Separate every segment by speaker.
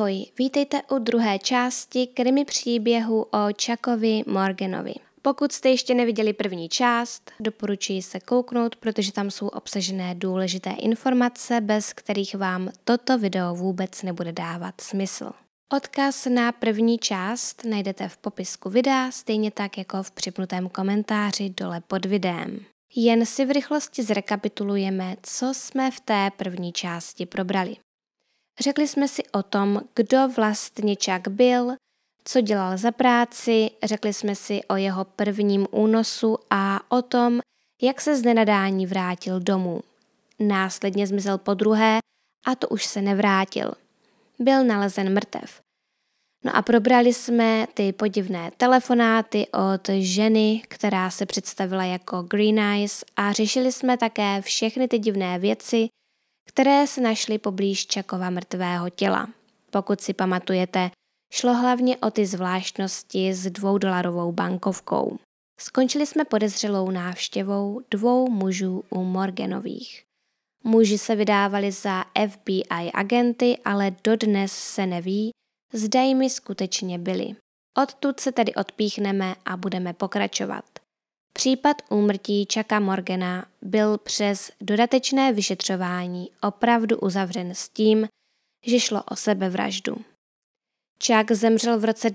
Speaker 1: Ahoj, vítejte u druhé části krimi příběhu o Chuckovi Morganovi. Pokud jste ještě neviděli první část, doporučuji se kouknout, protože tam jsou obsažené důležité informace, bez kterých vám toto video vůbec nebude dávat smysl. Odkaz na první část najdete v popisku videa, stejně tak jako v připnutém komentáři dole pod videem. Jen si v rychlosti zrekapitulujeme, co jsme v té první části probrali. Řekli jsme si o tom, kdo vlastně Chuck byl, co dělal za práci, řekli jsme si o jeho prvním únosu a o tom, jak se z nenadání vrátil domů. Následně zmizel podruhé a to už se nevrátil. Byl nalezen mrtev. No a probrali jsme ty podivné telefonáty od ženy, která se představila jako Green Eyes, a řešili jsme také všechny ty divné věci, které se našly poblíž Chuckova mrtvého těla. Pokud si pamatujete, šlo hlavně o ty zvláštnosti s $2 bankovkou. Skončili jsme podezřelou návštěvou 2 mužů u Morganových. Muži se vydávali za FBI agenty, ale dodnes se neví, zda jimi skutečně byli. Odtud se tedy odpíchneme a budeme pokračovat. Případ úmrtí Chucka Morgana byl přes dodatečné vyšetřování opravdu uzavřen s tím, že šlo o sebevraždu. Chuck zemřel v roce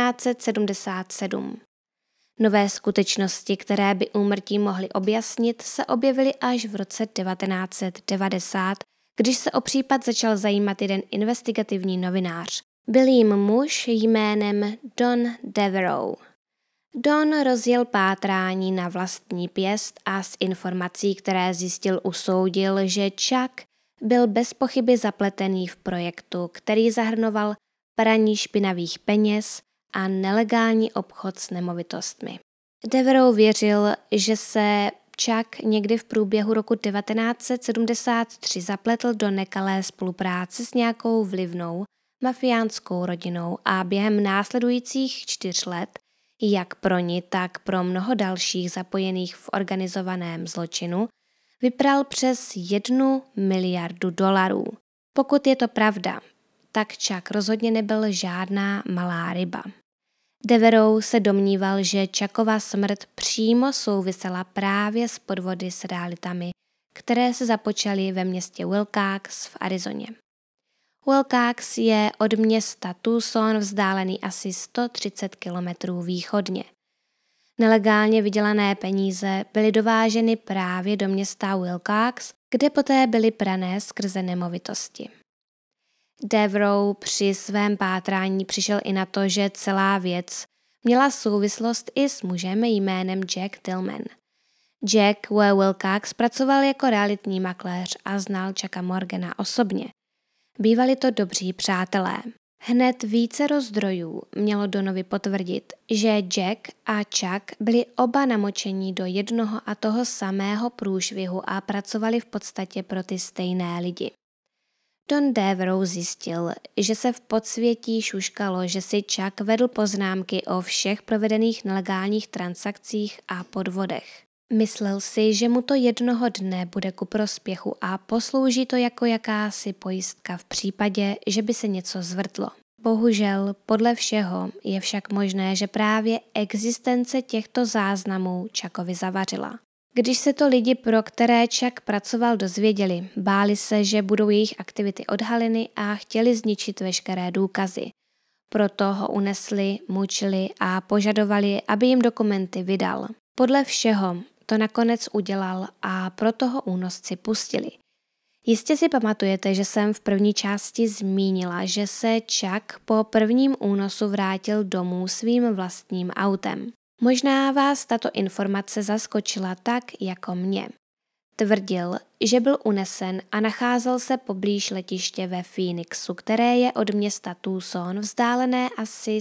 Speaker 1: 1977. Nové skutečnosti, které by úmrtí mohly objasnit, se objevily až v roce 1990, když se o případ začal zajímat jeden investigativní novinář. Byl jim muž jménem Don Devereaux. Don rozjel pátrání na vlastní pěst a z informací, které zjistil, usoudil, že Chuck byl bez pochyby zapletený v projektu, který zahrnoval praní špinavých peněz a nelegální obchod s nemovitostmi. Devereaux věřil, že se Chuck někdy v průběhu roku 1973 zapletl do nekalé spolupráce s nějakou vlivnou mafiánskou rodinou a během následujících 4 let jak pro ni, tak pro mnoho dalších zapojených v organizovaném zločinu, vypral přes $1 miliardu. Pokud je to pravda, tak Chuck rozhodně nebyl žádná malá ryba. Devereaux se domníval, že Chuckova smrt přímo souvisela právě s podvody s realitami, které se započaly ve městě Wilcox v Arizoně. Wilcox je od města Tucson vzdálený asi 130 km východně. Nelegálně vydělané peníze byly dováženy právě do města Wilcox, kde poté byly prané skrze nemovitosti. Devereaux při svém pátrání přišel i na to, že celá věc měla souvislost i s mužem jménem Jack Tillman. Jack ve Wilcox pracoval jako realitní makléř a znal Chucka Morgana osobně. Bývali to dobří přátelé. Hned vícero zdrojů mělo Donovi potvrdit, že Jack a Chuck byli oba namočení do jednoho a toho samého průšvihu a pracovali v podstatě pro ty stejné lidi. Don Devereaux zjistil, že se v podsvětí šuškalo, že si Chuck vedl poznámky o všech provedených nelegálních transakcích a podvodech. Myslel si, že mu to jednoho dne bude ku prospěchu a poslouží to jako jakási pojistka v případě, že by se něco zvrtlo. Bohužel, podle všeho je však možné, že právě existence těchto záznamů Chuckovi zavařila. Když se to lidi, pro které Chuck pracoval, dozvěděli, báli se, že budou jejich aktivity odhaleny a chtěli zničit veškeré důkazy. Proto ho unesli, mučili a požadovali, aby jim dokumenty vydal. Podle všeho to nakonec udělal a proto ho únosci pustili. Jistě si pamatujete, že jsem v první části zmínila, že se Chuck po prvním únosu vrátil domů svým vlastním autem. Možná vás tato informace zaskočila tak jako mě. Tvrdil, že byl unesen a nacházel se poblíž letiště ve Phoenixu, které je od města Tucson vzdálené asi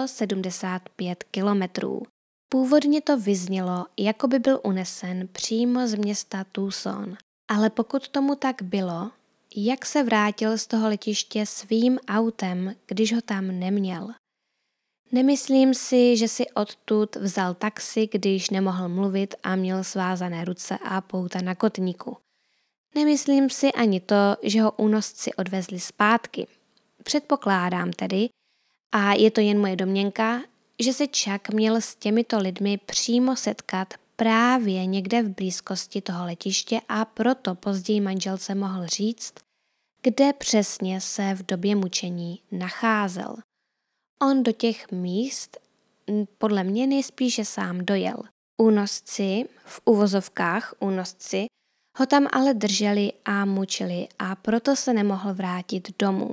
Speaker 1: 175 kilometrů. Původně to vyznělo, jako by byl unesen přímo z města Tucson. Ale pokud tomu tak bylo, jak se vrátil z toho letiště svým autem, když ho tam neměl? Nemyslím si, že si odtud vzal taxi, když nemohl mluvit a měl svázané ruce a pouta na kotníku. Nemyslím si ani to, že ho únosci odvezli zpátky. Předpokládám tedy, a je to jen moje domněnka, že se Chuck měl s těmito lidmi přímo setkat právě někde v blízkosti toho letiště a proto později manželce mohl říct, kde přesně se v době mučení nacházel. On do těch míst podle mě nejspíše sám dojel. Únosci, v uvozovkách únosci, ho tam ale drželi a mučili a proto se nemohl vrátit domů.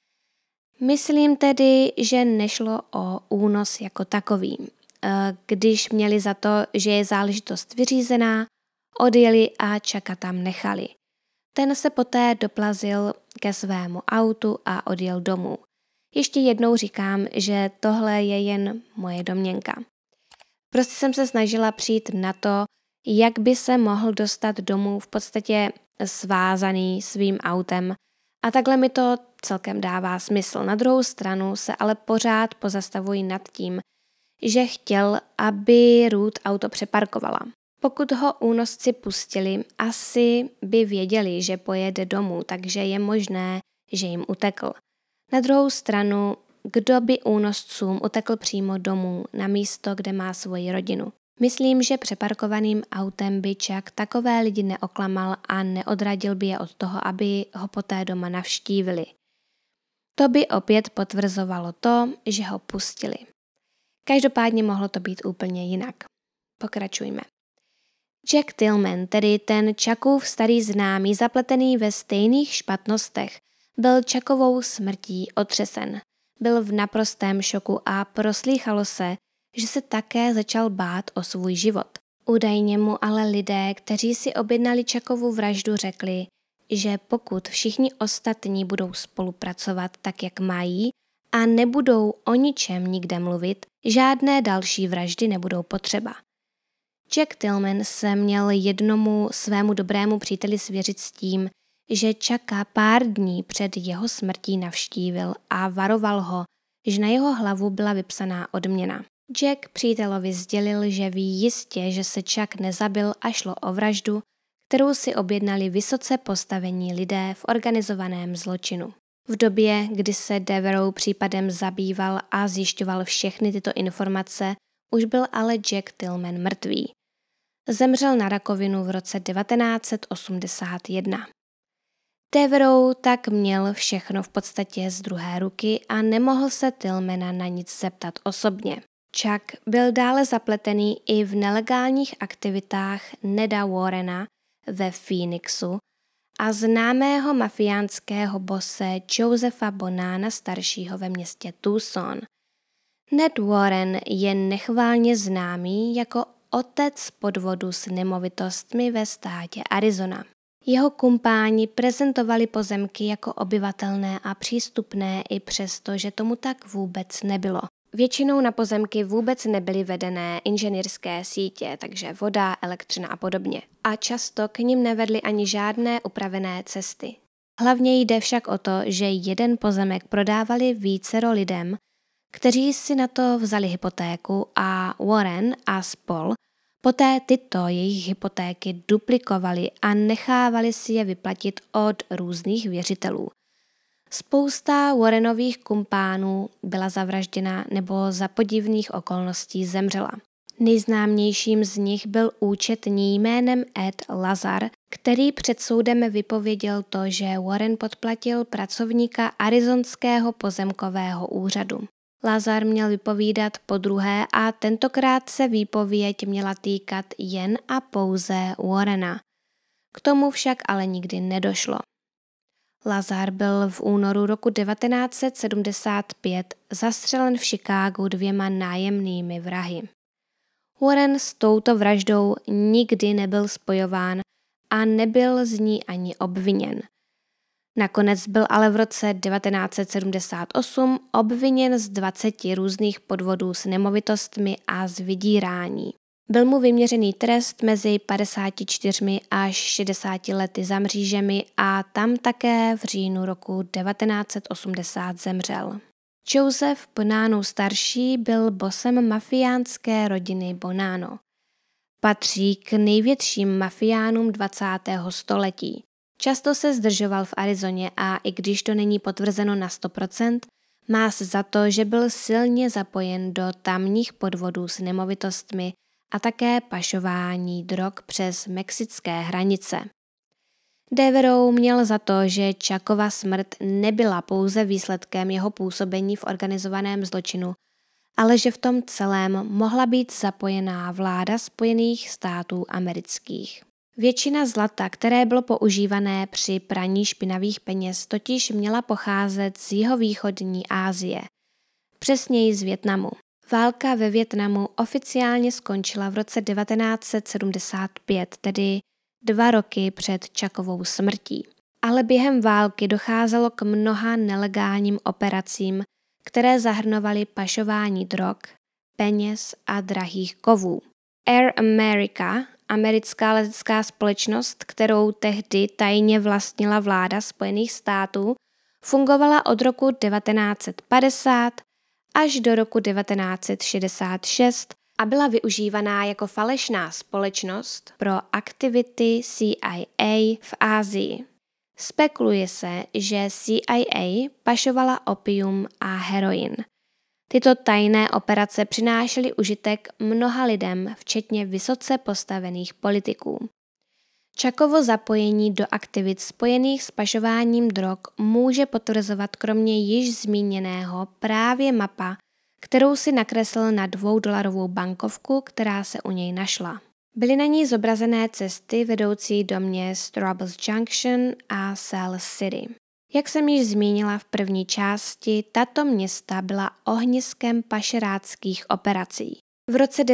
Speaker 1: Myslím tedy, že nešlo o únos jako takový. Když měli za to, že je záležitost vyřízená, odjeli a Chucka tam nechali. Ten se poté doplazil ke svému autu a odjel domů. Ještě jednou říkám, že tohle je jen moje domněnka. Prostě jsem se snažila přijít na to, jak by se mohl dostat domů v podstatě svázaný svým autem a takhle mi to celkem dává smysl. Na druhou stranu se ale pořád pozastavuji nad tím, že chtěl, aby Ruth auto přeparkovala. Pokud ho únosci pustili, asi by věděli, že pojede domů, takže je možné, že jim utekl. Na druhou stranu, kdo by únoscům utekl přímo domů na místo, kde má svoji rodinu? Myslím, že přeparkovaným autem by Chuck takové lidi neoklamal a neodradil by je od toho, aby ho poté doma navštívili. To by opět potvrzovalo to, že ho pustili. Každopádně mohlo to být úplně jinak. Pokračujme. Jack Tillman, tedy ten Chuckův starý známý zapletený ve stejných špatnostech, byl Chuckovou smrtí otřesen. Byl v naprostém šoku a proslýchalo se, že se také začal bát o svůj život. Údajně mu ale lidé, kteří si objednali Chuckovu vraždu, řekli, že pokud všichni ostatní budou spolupracovat tak, jak mají a nebudou o ničem nikde mluvit, žádné další vraždy nebudou potřeba. Jack Tillman se měl jednomu svému dobrému příteli svěřit s tím, že Chucka pár dní před jeho smrtí navštívil a varoval ho, že na jeho hlavu byla vypsaná odměna. Jack přítelovi sdělil, že ví jistě, že se Chuck nezabil a šlo o vraždu, kterou si objednali vysoce postavení lidé v organizovaném zločinu. V době, kdy se Devereaux případem zabýval a zjišťoval všechny tyto informace, už byl ale Jack Tillman mrtvý. Zemřel na rakovinu v roce 1981. Devereaux tak měl všechno v podstatě z druhé ruky a nemohl se Tillmana na nic zeptat osobně. Chuck byl dále zapletený i v nelegálních aktivitách Neda Warrena ve Phoenixu a známého mafiánského bose Josepha Bonana staršího ve městě Tucson. Ned Warren je nechválně známý jako otec podvodu s nemovitostmi ve státě Arizona. Jeho kumpáni prezentovali pozemky jako obyvatelné a přístupné i přesto, že tomu tak vůbec nebylo. Většinou na pozemky vůbec nebyly vedené inženýrské sítě, takže voda, elektřina a podobně. A často k nim nevedly ani žádné upravené cesty. Hlavně jde však o to, že jeden pozemek prodávali vícero lidem, kteří si na to vzali hypotéku a Warren a spol poté tyto jejich hypotéky duplikovali a nechávali si je vyplatit od různých věřitelů. Spousta Warrenových kumpánů byla zavražděna nebo za podivných okolností zemřela. Nejznámějším z nich byl účetní jménem Ed Lazar, který před soudem vypověděl to, že Warren podplatil pracovníka arizonského pozemkového úřadu. Lazar měl vypovídat podruhé a tentokrát se výpověď měla týkat jen a pouze Warrena. K tomu však ale nikdy nedošlo. Lazar byl v únoru roku 1975 zastřelen v Chicagu 2 nájemnými vrahy. Warren s touto vraždou nikdy nebyl spojován a nebyl z ní ani obviněn. Nakonec byl ale v roce 1978 obviněn z 20 různých podvodů s nemovitostmi a z vydírání. Byl mu vyměřený trest mezi 54 až 60 lety za mřížemi a tam také v říjnu roku 1980 zemřel. Joseph Bonanno starší byl bosem mafiánské rodiny Bonanno. Patří k největším mafiánům 20. století. Často se zdržoval v Arizoně a i když to není potvrzeno na 100%, má se za to, že byl silně zapojen do tamních podvodů s nemovitostmi a také pašování drog přes mexické hranice. Devereaux měl za to, že Chuckova smrt nebyla pouze výsledkem jeho působení v organizovaném zločinu, ale že v tom celém mohla být zapojená vláda Spojených států amerických. Většina zlata, které bylo používané při praní špinavých peněz, totiž měla pocházet z jihovýchodní Asie, přesněji z Vietnamu. Válka ve Vietnamu oficiálně skončila v roce 1975, tedy 2 roky před Chuckovou smrtí. Ale během války docházelo k mnoha nelegálním operacím, které zahrnovaly pašování drog, peněz a drahých kovů. Air America, americká letecká společnost, kterou tehdy tajně vlastnila vláda Spojených států, fungovala od roku 1950 až do roku 1966 a byla využívaná jako falešná společnost pro aktivity CIA v Asii. Spekuluje se, že CIA pašovala opium a heroin. Tyto tajné operace přinášely užitek mnoha lidem, včetně vysoce postavených politiků. Chuckovo zapojení do aktivit spojených s pašováním drog může potvrzovat kromě již zmíněného právě mapa, kterou si nakreslil na $2 bankovku, která se u něj našla. Byly na ní zobrazené cesty vedoucí do měst Robles Junction a Cell City. Jak jsem již zmínila v první části, tato města byla ohniskem pašeráckých operací. V roce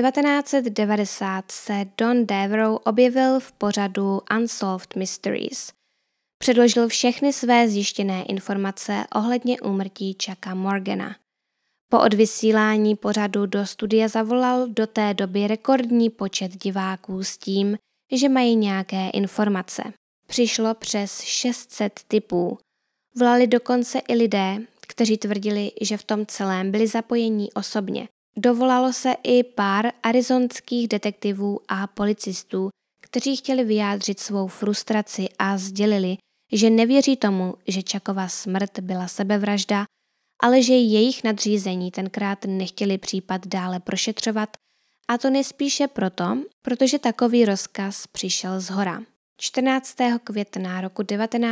Speaker 1: 1990 se Don Devereaux objevil v pořadu Unsolved Mysteries. Předložil všechny své zjištěné informace ohledně úmrtí Chucka Morgana. Po odvysílání pořadu do studia zavolal do té doby rekordní počet diváků s tím, že mají nějaké informace. Přišlo přes 600 tipů. Volali dokonce i lidé, kteří tvrdili, že v tom celém byli zapojení osobně. Dovolalo se i pár arizonských detektivů a policistů, kteří chtěli vyjádřit svou frustraci a sdělili, že nevěří tomu, že Chuckova smrt byla sebevražda, ale že jejich nadřízení tenkrát nechtěli případ dále prošetřovat, a to nejspíše proto, protože takový rozkaz přišel zhora. 14. května roku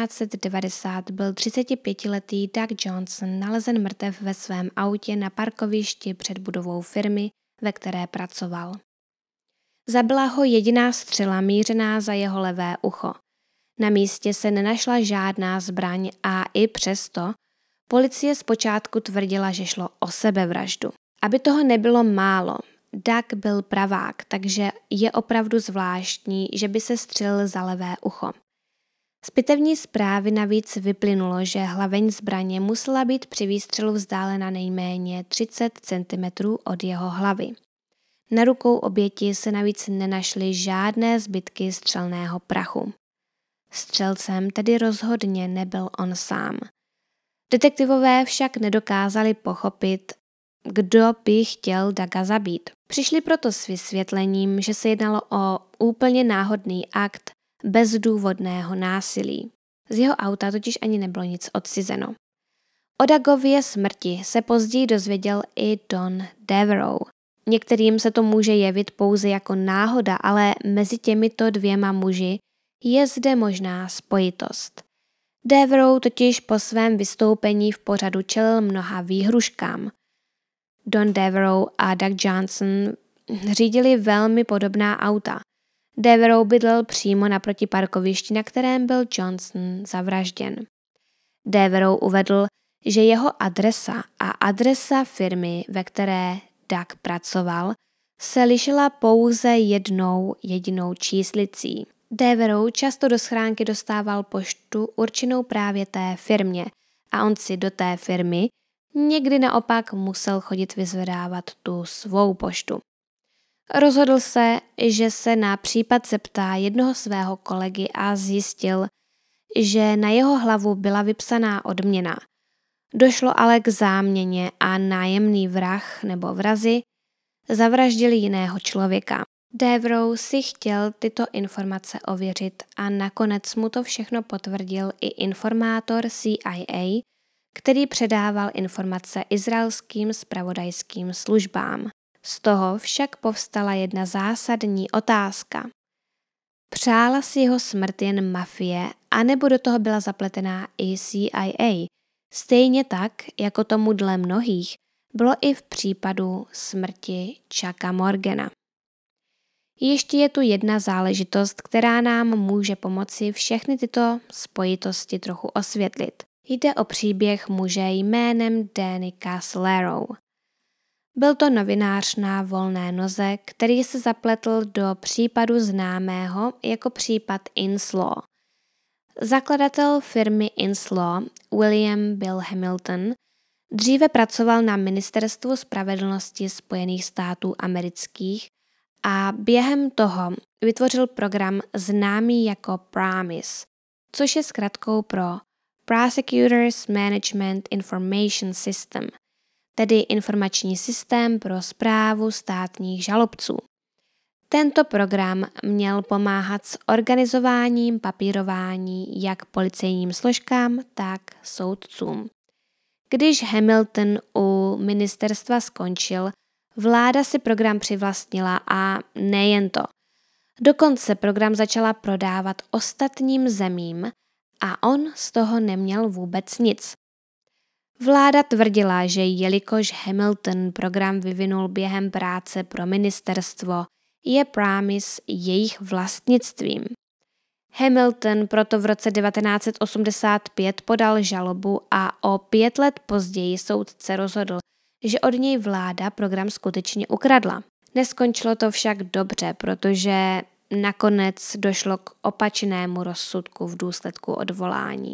Speaker 1: 1990 byl 35letý Doug Johnson nalezen mrtev ve svém autě na parkovišti před budovou firmy, ve které pracoval. Zabila ho jediná střela mířená za jeho levé ucho. Na místě se nenašla žádná zbraň a i přesto policie zpočátku tvrdila, že šlo o sebevraždu. Aby toho nebylo málo, Doug byl pravák, takže je opravdu zvláštní, že by se střelil za levé ucho. Z pitevní zprávy navíc vyplynulo, že hlaveň zbraně musela být při výstřelu vzdálena nejméně 30 cm od jeho hlavy. Na rukou oběti se navíc nenašly žádné zbytky střelného prachu. Střelcem tedy rozhodně nebyl on sám. Detektivové však nedokázali pochopit, kdo by chtěl Douga zabít. Přišli proto s vysvětlením, že se jednalo o úplně náhodný akt bezdůvodného násilí. Z jeho auta totiž ani nebylo nic odcizeno. O Dougově smrti se později dozvěděl i Don Devereaux. Některým se to může jevit pouze jako náhoda, ale mezi těmito dvěma muži je zde možná spojitost. Devereaux totiž po svém vystoupení v pořadu čelil mnoha výhruškám. Don Devereaux a Doug Johnson řídili velmi podobná auta. Devereaux bydlel přímo naproti parkovišti, na kterém byl Johnson zavražděn. Devereaux uvedl, že jeho adresa a adresa firmy, ve které Doug pracoval, se lišila pouze jednou jedinou číslicí. Devereaux často do schránky dostával poštu určenou právě té firmě a on si do té firmy někdy naopak musel chodit vyzvedávat tu svou poštu. Rozhodl se, že se na případ zeptá jednoho svého kolegy a zjistil, že na jeho hlavu byla vypsaná odměna. Došlo ale k záměně a nájemný vrah nebo vrazi zavraždili jiného člověka. Devereaux si chtěl tyto informace ověřit a nakonec mu to všechno potvrdil i informátor CIA, který předával informace izraelským zpravodajským službám. Z toho však povstala jedna zásadní otázka. Přála si jeho smrt jen mafie, anebo do toho byla zapletená i CIA? Stejně tak, jako tomu dle mnohých, bylo i v případu smrti Chucka Morgana. Ještě je tu jedna záležitost, která nám může pomoci všechny tyto spojitosti trochu osvětlit. Jde o příběh muže jménem Danny Casolaro. Byl to novinář na volné noze, který se zapletl do případu známého jako případ Inslaw. Zakladatel firmy Inslaw, William Bill Hamilton, dříve pracoval na Ministerstvu spravedlnosti Spojených států amerických a během toho vytvořil program známý jako PROMIS, což je zkratkou pro Prosecutors Management Information System, tedy informační systém pro správu státních žalobců. Tento program měl pomáhat s organizováním papírování jak policejním složkám, tak soudcům. Když Hamilton u ministerstva skončil, vláda si program přivlastnila a nejen to. Dokonce program začala prodávat ostatním zemím a on z toho neměl vůbec nic. Vláda tvrdila, že jelikož Hamilton program vyvinul během práce pro ministerstvo, je PROMIS jejich vlastnictvím. Hamilton proto v roce 1985 podal žalobu a o 5 let později soudce rozhodl, že od něj vláda program skutečně ukradla. Neskončilo to však dobře, protože nakonec došlo k opačnému rozsudku v důsledku odvolání.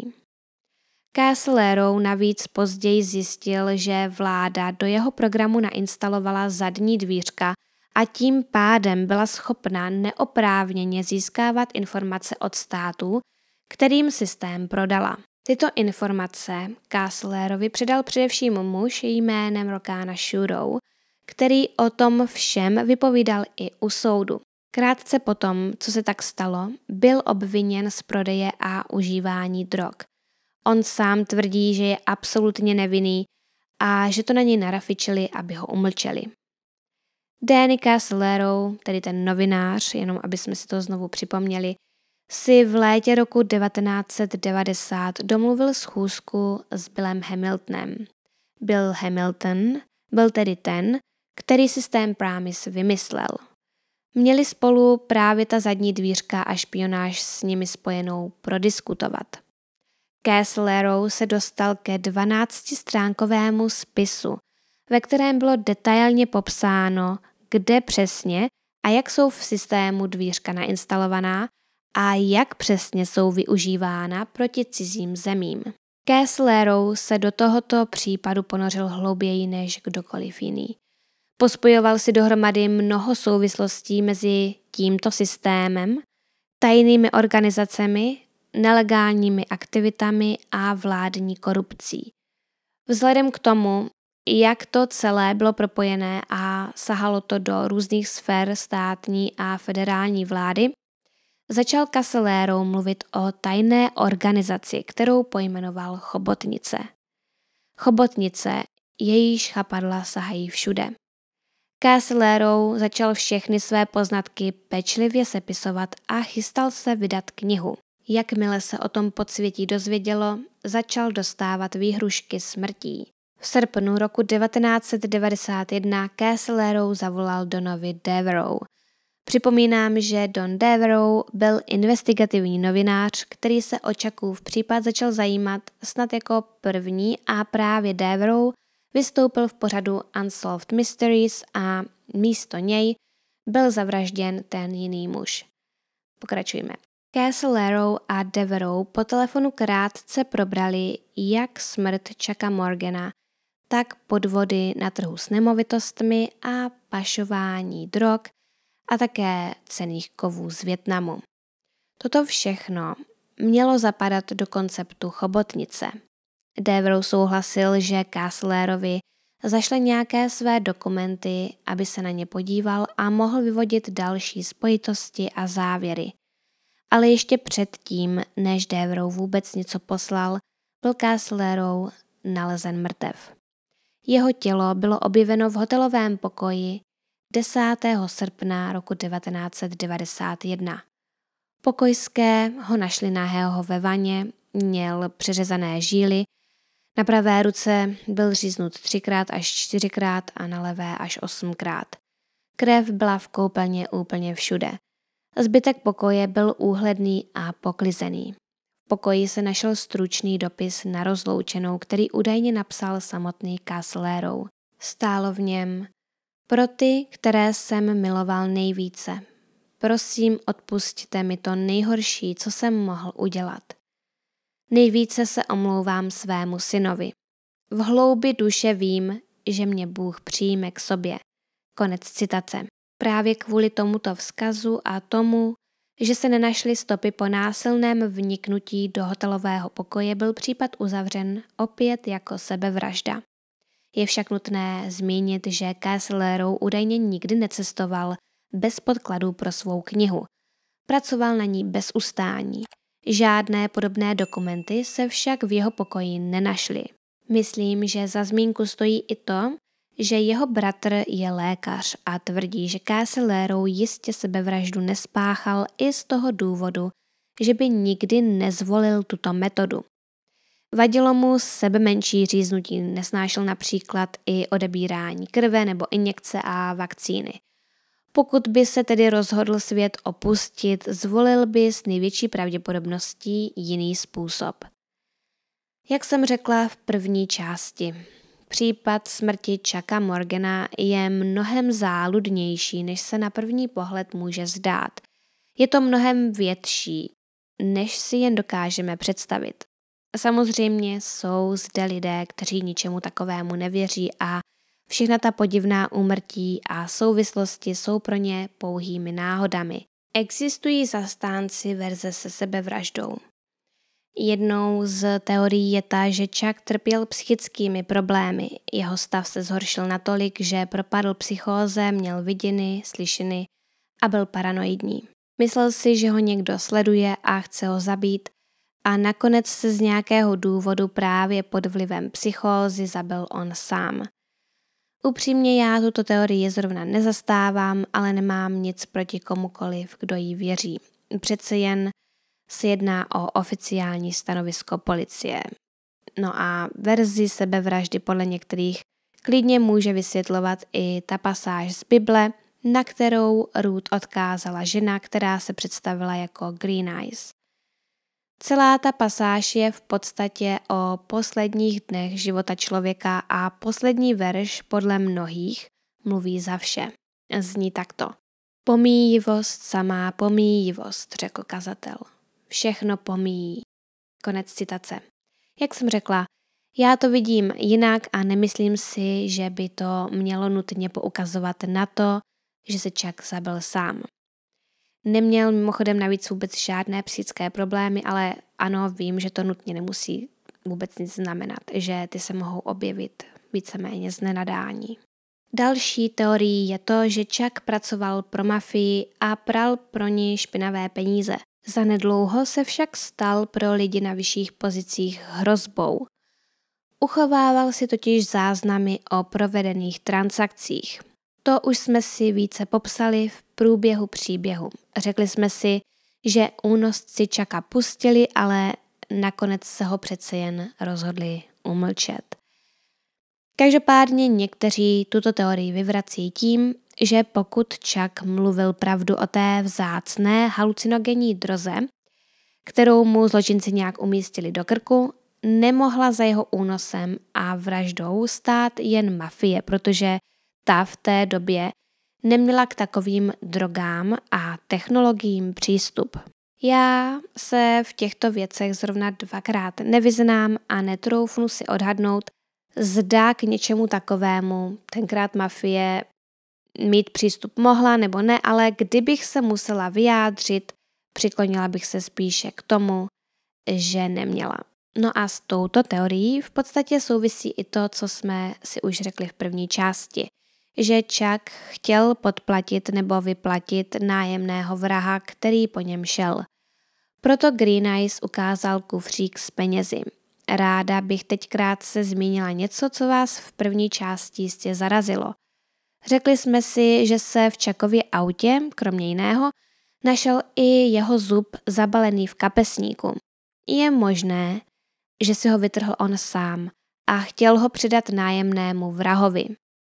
Speaker 1: Casolaro navíc později zjistil, že vláda do jeho programu nainstalovala zadní dvířka a tím pádem byla schopna neoprávněně získávat informace od států, kterým systém prodala. Tyto informace Casolarovi předal především muž jménem Rockana Shuro, který o tom všem vypovídal i u soudu. Krátce potom, co se tak stalo, byl obviněn z prodeje a užívání drog. On sám tvrdí, že je absolutně nevinný a že to na něj narafičili, aby ho umlčeli. Danny Casolaro, tedy ten novinář, jenom aby jsme si to znovu připomněli, si v létě roku 1990 domluvil schůzku s Billem Hamiltonem. Bill Hamilton byl tedy ten, který systém PROMIS vymyslel. Měli spolu právě ta zadní dvířka a špionáž s nimi spojenou prodiskutovat. Casolaro se dostal ke 12stránkovému spisu, ve kterém bylo detailně popsáno, kde přesně a jak jsou v systému dvířka nainstalovaná a jak přesně jsou využívána proti cizím zemím. Casolaro se do tohoto případu ponořil hlouběji než kdokoliv jiný. Pospojoval si dohromady mnoho souvislostí mezi tímto systémem, tajnými organizacemi, nelegálními aktivitami a vládní korupcí. Vzhledem k tomu, jak to celé bylo propojené a sahalo to do různých sfér státní a federální vlády, začal Casolaro mluvit o tajné organizaci, kterou pojmenoval Chobotnice. Chobotnice, jejíž chapadla sahají všude. Casolaro začal všechny své poznatky pečlivě sepisovat a chystal se vydat knihu. Jakmile se o tom podsvětí dozvědělo, začal dostávat výhrušky smrtí. V srpnu roku 1991 Casolaro zavolal Donovi Devereaux. Připomínám, že Don Devereaux byl investigativní novinář, který se o Chuckův případ začal zajímat snad jako první a právě Devereaux vystoupil v pořadu Unsolved Mysteries a místo něj byl zavražděn ten jiný muž. Pokračujeme. Casolaro a Devereaux po telefonu krátce probrali jak smrt Chucka Morgana, tak podvody na trhu s nemovitostmi a pašování drog a také cenných kovů z Vietnamu. Toto všechno mělo zapadat do konceptu chobotnice. Devereaux souhlasil, že Casolarovi zašle nějaké své dokumenty, aby se na ně podíval a mohl vyvodit další spojitosti a závěry. Ale ještě předtím, než Devereux vůbec něco poslal, byl Castlereagh nalezen mrtev. Jeho tělo bylo objeveno v hotelovém pokoji 10. srpna roku 1991. Pokojské ho našli nahého ve vaně, měl přeřezané žíly, na pravé ruce byl říznut 3x až 4x a na levé až 8x. Krev byla v koupelně úplně všude. Zbytek pokoje byl úhledný a poklizený. V pokoji se našel stručný dopis na rozloučenou, který údajně napsal samotný Castlereagh. Stálo v něm: pro ty, které jsem miloval nejvíce. Prosím, odpusťte mi to nejhorší, co jsem mohl udělat. Nejvíce se omlouvám svému synovi. V hloubi duše vím, že mě Bůh přijme k sobě. Konec citace. Právě kvůli tomuto vzkazu a tomu, že se nenašly stopy po násilném vniknutí do hotelového pokoje, byl případ uzavřen opět jako sebevražda. Je však nutné zmínit, že Castlereagh údajně nikdy necestoval bez podkladů pro svou knihu. Pracoval na ní bez ustání. Žádné podobné dokumenty se však v jeho pokoji nenašly. Myslím, že za zmínku stojí i to, že jeho bratr je lékař a tvrdí, že Castlereagh jistě sebevraždu nespáchal i z toho důvodu, že by nikdy nezvolil tuto metodu. Vadilo mu sebemenší říznutí, nesnášel například i odebírání krve nebo injekce a vakcíny. Pokud by se tedy rozhodl svět opustit, zvolil by s největší pravděpodobností jiný způsob. Jak jsem řekla v první části, případ smrti Chucka Morgana je mnohem záludnější, než se na první pohled může zdát. Je to mnohem větší, než si jen dokážeme představit. Samozřejmě jsou zde lidé, kteří ničemu takovému nevěří a všechna ta podivná úmrtí a souvislosti jsou pro ně pouhými náhodami. Existují zastánci verze se sebevraždou. Jednou z teorií je ta, že Chuck trpěl psychickými problémy. Jeho stav se zhoršil natolik, že propadl psychóze, měl viděny, slyšeny a byl paranoidní. Myslel si, že ho někdo sleduje a chce ho zabít a nakonec se z nějakého důvodu právě pod vlivem psychózy zabil on sám. Upřímně já tuto teorii zrovna nezastávám, ale nemám nic proti komukoliv, kdo jí věří. Přece jen se jedná o oficiální stanovisko policie. No a verzi sebevraždy podle některých klidně může vysvětlovat i ta pasáž z Bible, na kterou Ruth odkázala žena, která se představila jako Green Eyes. Celá ta pasáž je v podstatě o posledních dnech života člověka a poslední verš podle mnohých mluví za vše. Zní takto. Pomíjivost samá pomíjivost, řekl kazatel. Všechno pomíjí. Konec citace. Jak jsem řekla, já to vidím jinak a nemyslím si, že by to mělo nutně poukazovat na to, že se Chuck zabil sám. Neměl mimochodem navíc vůbec žádné psychické problémy, ale ano, vím, že to nutně nemusí vůbec nic znamenat, že ty se mohou objevit víceméně z nenadání. Další teorií je to, že Chuck pracoval pro mafii a pral pro ní špinavé peníze. Zanedlouho se však stal pro lidi na vyšších pozicích hrozbou. Uchovával si totiž záznamy o provedených transakcích. To už jsme si více popsali v průběhu příběhu. Řekli jsme si, že únosci Chucka pustili, ale nakonec se ho přece jen rozhodli umlčet. Každopádně někteří tuto teorii vyvrací tím, že pokud Chuck mluvil pravdu o té vzácné halucinogenní droze, kterou mu zločinci nějak umístili do krku, nemohla za jeho únosem a vraždou stát jen mafie, protože ta v té době neměla k takovým drogám a technologiím přístup. Já se v těchto věcech zrovna dvakrát nevyznám a netroufnu si odhadnout, zda k něčemu takovému tenkrát mafie mít přístup mohla nebo ne, ale kdybych se musela vyjádřit, přiklonila bych se spíše k tomu, že neměla. No a s touto teorií v podstatě souvisí i to, co jsme si už řekli v první části, že Chuck chtěl podplatit nebo vyplatit nájemného vraha, který po něm šel. Proto Green Eyes ukázal kufřík s penězi. Ráda bych teď krátce zmínila něco, co vás v první části jistě zarazilo. Řekli jsme si, že se v Chuckově autě, kromě jiného, našel i jeho zub zabalený v kapesníku. Je možné, že si ho vytrhl on sám a chtěl ho přidat nájemnému vrahovi.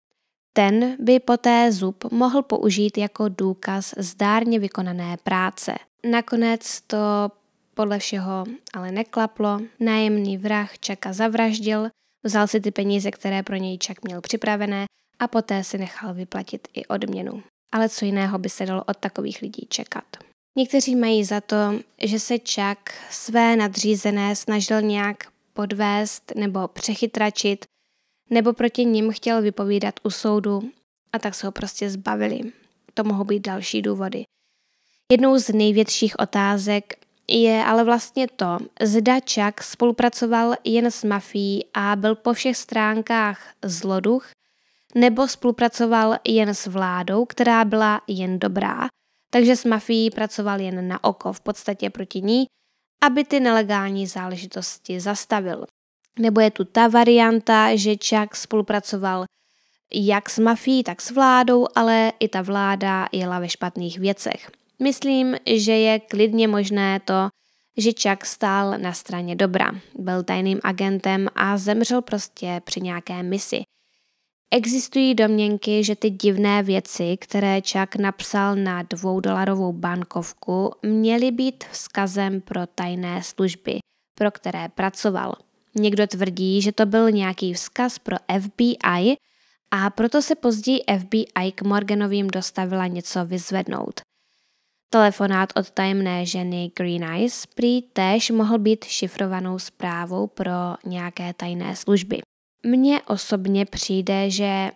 Speaker 1: Ten by poté zub mohl použít jako důkaz zdárně vykonané práce. Nakonec to podle všeho ale neklaplo. Nájemný vrah Chucka zavraždil, vzal si ty peníze, které pro něj Chuck měl připravené a poté si nechal vyplatit i odměnu. Ale co jiného by se dalo od takových lidí čekat. Někteří mají za to, že se Chuck své nadřízené snažil nějak podvést nebo přechytračit, nebo proti nim chtěl vypovídat u soudu a tak se ho prostě zbavili. To mohou být další důvody. Jednou z největších otázek je ale vlastně to, zda Chuck spolupracoval jen s mafií a byl po všech stránkách zloduch, nebo spolupracoval jen s vládou, která byla jen dobrá, takže s mafií pracoval jen na oko, v podstatě proti ní, aby ty nelegální záležitosti zastavil. Nebo je tu ta varianta, že Chuck spolupracoval jak s mafií, tak s vládou, ale i ta vláda jela ve špatných věcech. Myslím, že je klidně možné to, že Chuck stál na straně dobra, byl tajným agentem a zemřel prostě při nějaké misi. Existují domněnky, že ty divné věci, které Chuck napsal na $2 bankovku, měly být vzkazem pro tajné služby, pro které pracoval. Někdo tvrdí, že to byl nějaký vzkaz pro FBI a proto se později FBI k Morganovým dostavila něco vyzvednout. Telefonát od tajemné ženy Green Eyes prý též mohl být šifrovanou zprávou pro nějaké tajné služby. Mně osobně přijde, že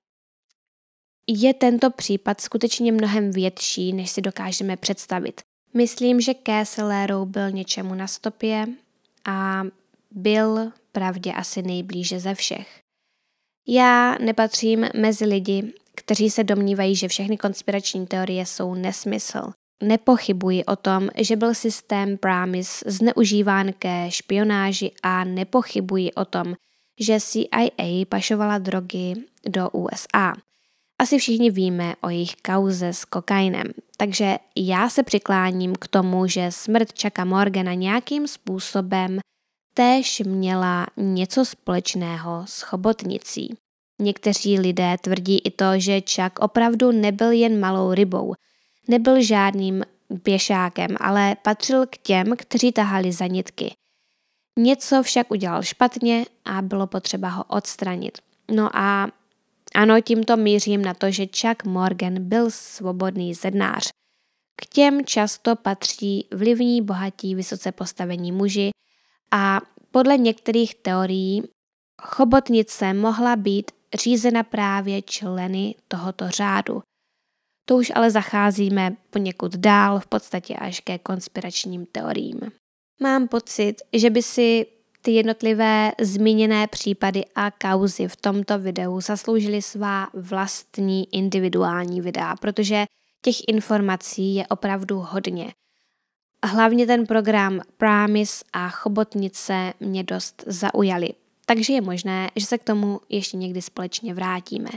Speaker 1: je tento případ skutečně mnohem větší, než si dokážeme představit. Myslím, že Kesselero byl něčemu na stopě a byl pravdě asi nejblíže ze všech. Já nepatřím mezi lidi, kteří se domnívají, že všechny konspirační teorie jsou nesmysl. Nepochybuji o tom, že byl systém Promise zneužíván ke špionáži a nepochybuji o tom, že CIA pašovala drogy do USA. Asi všichni víme o jejich kauze s kokainem, takže já se přikláním k tomu, že smrt Chucka Morgana nějakým způsobem též měla něco společného s chobotnicí. Někteří lidé tvrdí i to, že Chuck opravdu nebyl jen malou rybou, nebyl žádným pěšákem, ale patřil k těm, kteří tahali za nitky. Něco však udělal špatně a bylo potřeba ho odstranit. No a ano, tímto mířím na to, že Chuck Morgan byl svobodný zednář. K těm často patří vlivní, bohatí, vysoce postavení muži a podle některých teorií chobotnice mohla být řízena právě členy tohoto řádu. To už ale zacházíme poněkud dál, v podstatě až ke konspiračním teoriím. Mám pocit, že by si ty jednotlivé zmíněné případy a kauzy v tomto videu zasloužily svá vlastní individuální videa, protože těch informací je opravdu hodně. Hlavně ten program Promise a chobotnice mě dost zaujaly, takže je možné, že se k tomu ještě někdy společně vrátíme.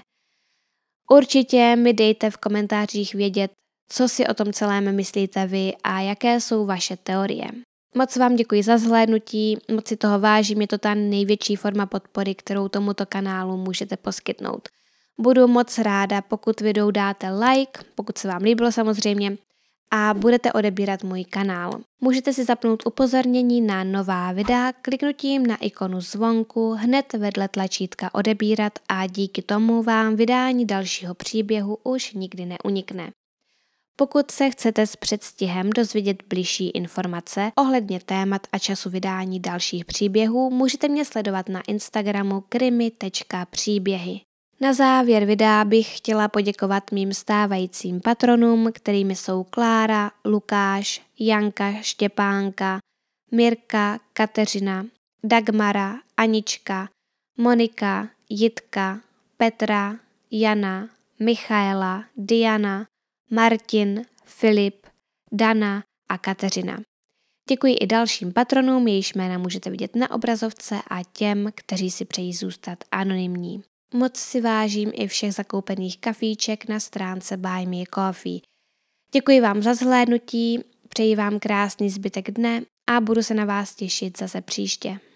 Speaker 1: Určitě mi dejte v komentářích vědět, co si o tom celém myslíte vy a jaké jsou vaše teorie. Moc vám děkuji za zhlédnutí, moc si toho vážím, je to ta největší forma podpory, kterou tomuto kanálu můžete poskytnout. Budu moc ráda, pokud videu dáte like, pokud se vám líbilo samozřejmě, a budete odebírat můj kanál. Můžete si zapnout upozornění na nová videa kliknutím na ikonu zvonku hned vedle tlačítka odebírat a díky tomu vám vydání dalšího příběhu už nikdy neunikne. Pokud se chcete s předstihem dozvědět bližší informace ohledně témat a času vydání dalších příběhů, můžete mě sledovat na Instagramu krimi.příběhy. Na závěr videa bych chtěla poděkovat mým stávajícím patronům, kterými jsou Klára, Lukáš, Janka, Štěpánka, Mirka, Kateřina, Dagmara, Anička, Monika, Jitka, Petra, Jana, Michaela, Diana, Martin, Filip, Dana a Kateřina. Děkuji i dalším patronům, jejichž jména můžete vidět na obrazovce a těm, kteří si přejí zůstat anonymní. Moc si vážím i všech zakoupených kafíček na stránce Buy Me Coffee. Děkuji vám za zhlédnutí, přeji vám krásný zbytek dne a budu se na vás těšit zase příště.